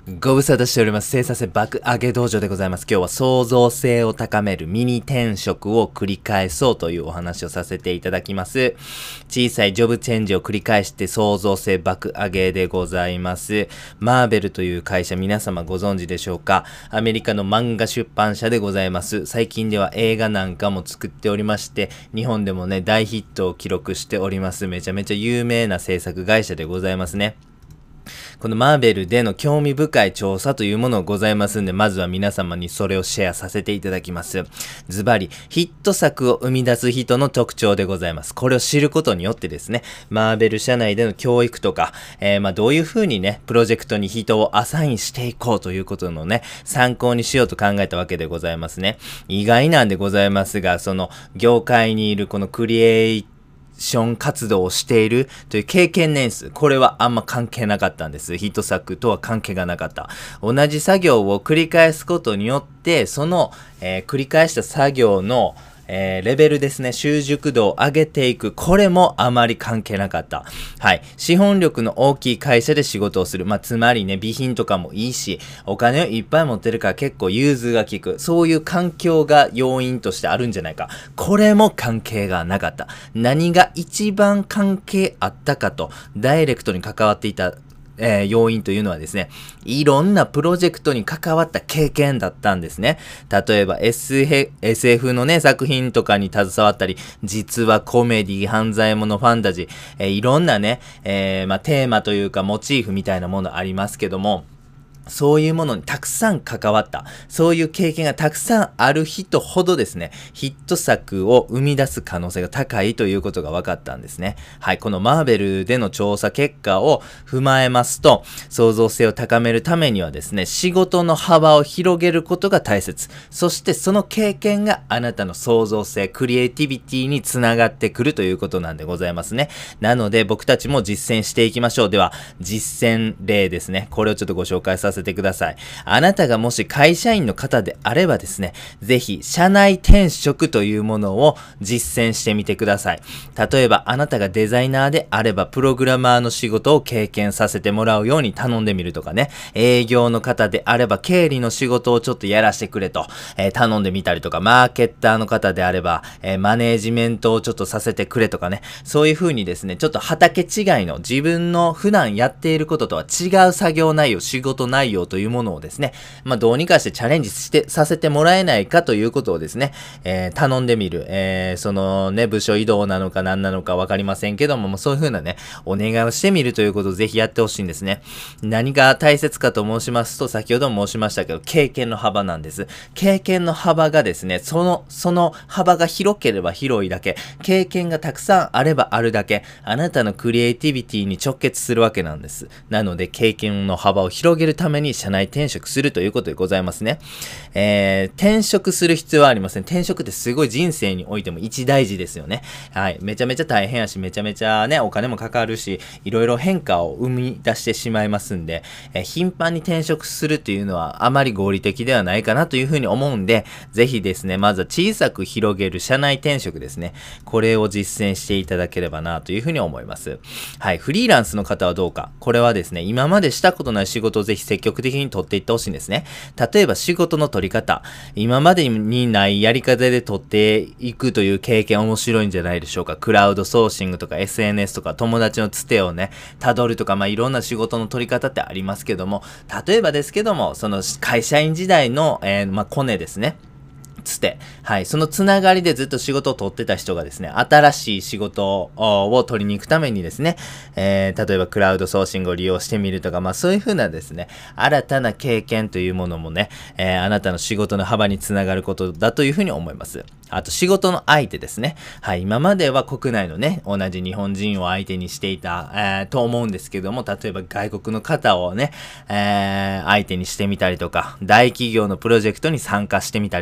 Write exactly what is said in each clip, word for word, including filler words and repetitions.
ご無沙汰しております。生産性爆上げ道場でございます。今日は創造性を高めるミニ転職を繰り返そうというお話をさせていただきます。小さいジョブチェンジを繰り返して創造性爆上げでございます。マーベルという会社、皆様ご存知でしょうか？アメリカの漫画出版社でございます。最近では映画なんかも作っておりまして、日本でもね、大ヒットを記録しております。めちゃめちゃ有名な制作会社でございますね。このマーベルでの興味深い調査というものがございますんで、まずは皆様にそれをシェアさせていただきます。ズバリ、ヒット作を生み出す人の特徴でございます。これを知ることによってですね、マーベル社内での教育とか、えー、まあどういう風にね、プロジェクトに人をアサインしていこうということのね、参考にしようと考えたわけでございますね。意外なんでございますが、その業界にいるこのクリエイション活動をしているという経験年数、これはあんま関係なかったんです。ヒット作とは関係がなかった。同じ作業を繰り返すことによって、その、えー、繰り返した作業のえー、レベルですね、習熟度を上げていく。これもあまり関係なかった。はい。資本力の大きい会社で仕事をする。まあ、つまりね、備品とかもいいし、お金をいっぱい持ってるから結構融通が利く。そういう環境が要因としてあるんじゃないか。これも関係がなかった。何が一番関係あったかと、ダイレクトに関わっていたえー、要因というのはですね、いろんなプロジェクトに関わった経験だったんですね。例えば エスエフ のね、作品とかに携わったり、実はコメディ、犯罪もの、ファンタジー、えー、いろんなね、えー、まあ、テーマというかモチーフみたいなものありますけども、そういうものにたくさん関わった、そういう経験がたくさんある人ほどですね、ヒット作を生み出す可能性が高いということが分かったんですね。はい、このマーベルでの調査結果を踏まえますと、創造性を高めるためにはですね、仕事の幅を広げることが大切。そしてその経験があなたの創造性、クリエイティビティにつながってくるということなんでございますね。なので僕たちも実践していきましょう。では、実践例ですね。これをちょっとご紹介させてさせてください。あなたがもし会社員の方であればですね、ぜひ社内転職というものを実践してみてください。例えばあなたがデザイナーであればプログラマーの仕事を経験させてもらうように頼んでみるとかね、営業の方であれば経理の仕事をちょっとやらせてくれと、えー、頼んでみたりとか、マーケッターの方であれば、えー、マネージメントをちょっとさせてくれとかね、そういう風にですね、ちょっと畑違いの自分の普段やっていることとは違う作業内容、仕事内容というものをですね、まあどうにかしてチャレンジしてさせてもらえないかということをですね、えー、頼んでみる、えー、そのね、部署移動なのか何なのかわかりませんけども、もうそういう風なね、お願いをしてみるということをぜひやってほしいんですね。何が大切かと申しますと、先ほども申しましたけど、経験の幅なんです。経験の幅がですね、その、その幅が広ければ広いだけ、経験がたくさんあればあるだけ、あなたのクリエイティビティに直結するわけなんです。なので、経験の幅を広げるために社内転職するということでございますね。えー、転職する必要はありません。転職ってすごい人生においても一大事ですよね。はい。めちゃめちゃ大変やし、めちゃめちゃね、お金もかかるし、いろいろ変化を生み出してしまいますんで、えー、頻繁に転職するっていうのはあまり合理的ではないかなというふうに思うんで、ぜひですね、まずは小さく広げる社内転職ですね。これを実践していただければなというふうに思います。はい。フリーランスの方はどうか。これはですね、今までしたことない仕事をぜひ積極的に取っていってほしいんですね。例えば仕事の取り方、今までにないやり方で取っていくという経験面白いんじゃないでしょうか。クラウドソーシングとか エスエヌエス とか友達のつてをね、辿るとか、まあいろんな仕事の取り方ってありますけども、例えばですけども、その会社員時代の、えー、まあコネですね。つて。はい。そのつながりでずっと仕事を取ってた人がですね、新しい仕事を取りに行くためにですね、えー、例えばクラウドソーシングを利用してみるとか、まあそういう風なですね、新たな経験というものもね、えー、あなたの仕事の幅につながることだという風に思います。あと仕事の相手ですね。はい。今までは国内のね、同じ日本人を相手にしていた、えー、と思うんですけども、例えば外国の方をね、えー、相手にしてみたりとか、大企業のプロジェクトに参加してみたりとか、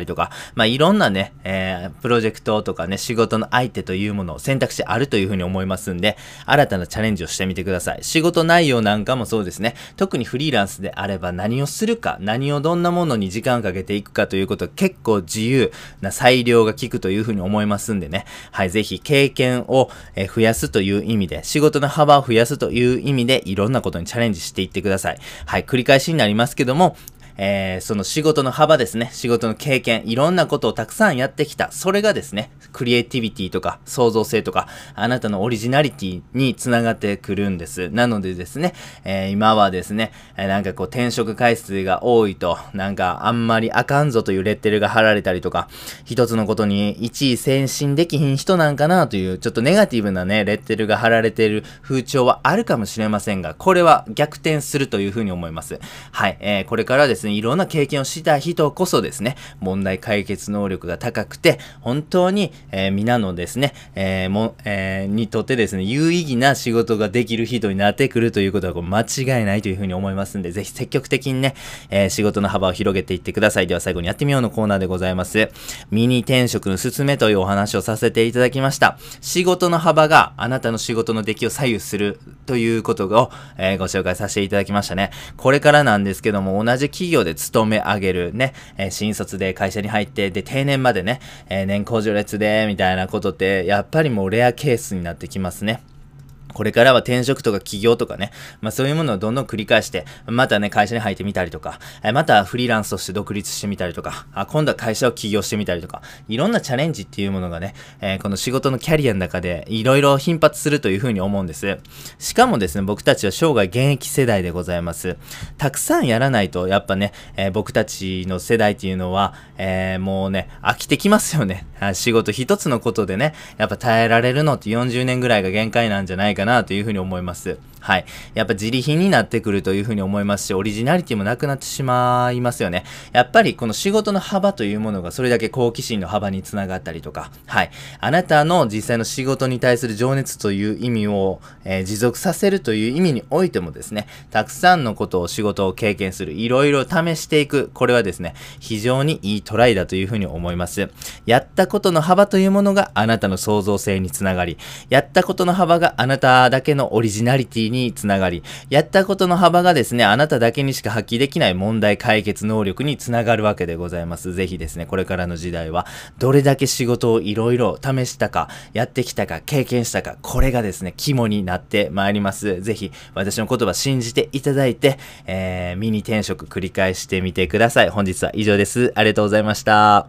まあ、いろんなね、えー、プロジェクトとかね、仕事の相手というものを選択肢あるというふうに思いますんで、新たなチャレンジをしてみてください。仕事内容なんかもそうですね。特にフリーランスであれば何をするか、何をどんなものに時間をかけていくかということは結構自由な裁量が効くというふうに思いますんでね。はい、ぜひ経験を増やすという意味で、仕事の幅を増やすという意味で、いろんなことにチャレンジしていってください。はい、繰り返しになりますけども、えー、その仕事の幅ですね、仕事の経験、いろんなことをたくさんやってきた。それがですね、クリエイティビティとか創造性とか、あなたのオリジナリティにつながってくるんです。なのでですね、えー、今はですね、えー、なんかこう転職回数が多いと、なんかあんまりあかんぞというレッテルが貼られたりとか、一つのことに一位先進できひん人なんかなという、ちょっとネガティブなね、レッテルが貼られている風潮はあるかもしれませんが、これは逆転するというふうに思います。はい、えー、これからですね、いろんな経験をした人こそですね、問題解決能力が高くて、本当に、えー、皆のですね、えーもえー、にとってですね、有意義な仕事ができる人になってくるということはこう間違いないというふうに思いますんで、ぜひ積極的にね、えー、仕事の幅を広げていってください。では最後にやってみようのコーナーでございます。ミニ転職のすすめというお話をさせていただきました。仕事の幅があなたの仕事の出来を左右するということを、えー、ご紹介させていただきましたね。これからなんですけども、同じ企業で勤め上げるね、えー、新卒で会社に入って、で、定年までね、えー、年功序列で、みたいなことって、やっぱりもうレアケースになってきますね。これからは転職とか起業とかね、まあそういうものをどんどん繰り返して、またね、会社に入ってみたりとか、またフリーランスとして独立してみたりとか、あ今度は会社を起業してみたりとか、いろんなチャレンジっていうものがね、えー、この仕事のキャリアの中でいろいろ頻発するというふうに思うんです。しかもですね、僕たちは生涯現役世代でございます。たくさんやらないと、やっぱね、えー、僕たちの世代っていうのは、えー、もうね、飽きてきますよね。仕事一つのことでね、やっぱ耐えられるのってよんじゅうねんぐらいが限界なんじゃないかなというふうに思います。はい。やっぱ自利品になってくるというふうに思いますし、オリジナリティもなくなってしまいますよね。やっぱりこの仕事の幅というものがそれだけ好奇心の幅につながったりとか、はい。あなたの実際の仕事に対する情熱という意味を、えー、持続させるという意味においてもですね、たくさんのことを仕事を経験する、いろいろ試していく、これはですね、非常にいいトライだというふうに思います。やったことの幅というものがあなたの創造性につながり、やったことの幅があなただけのオリジナリティにつながり、やったことの幅がですね、あなただけにしか発揮できない問題解決能力につながるわけでございます。ぜひですね、これからの時代は、どれだけ仕事をいろいろ試したか、やってきたか、経験したか、これがですね、肝になってまいります。ぜひ、私の言葉信じていただいて、えー、ミニ転職繰り返してみてください。本日は以上です。ありがとうございました。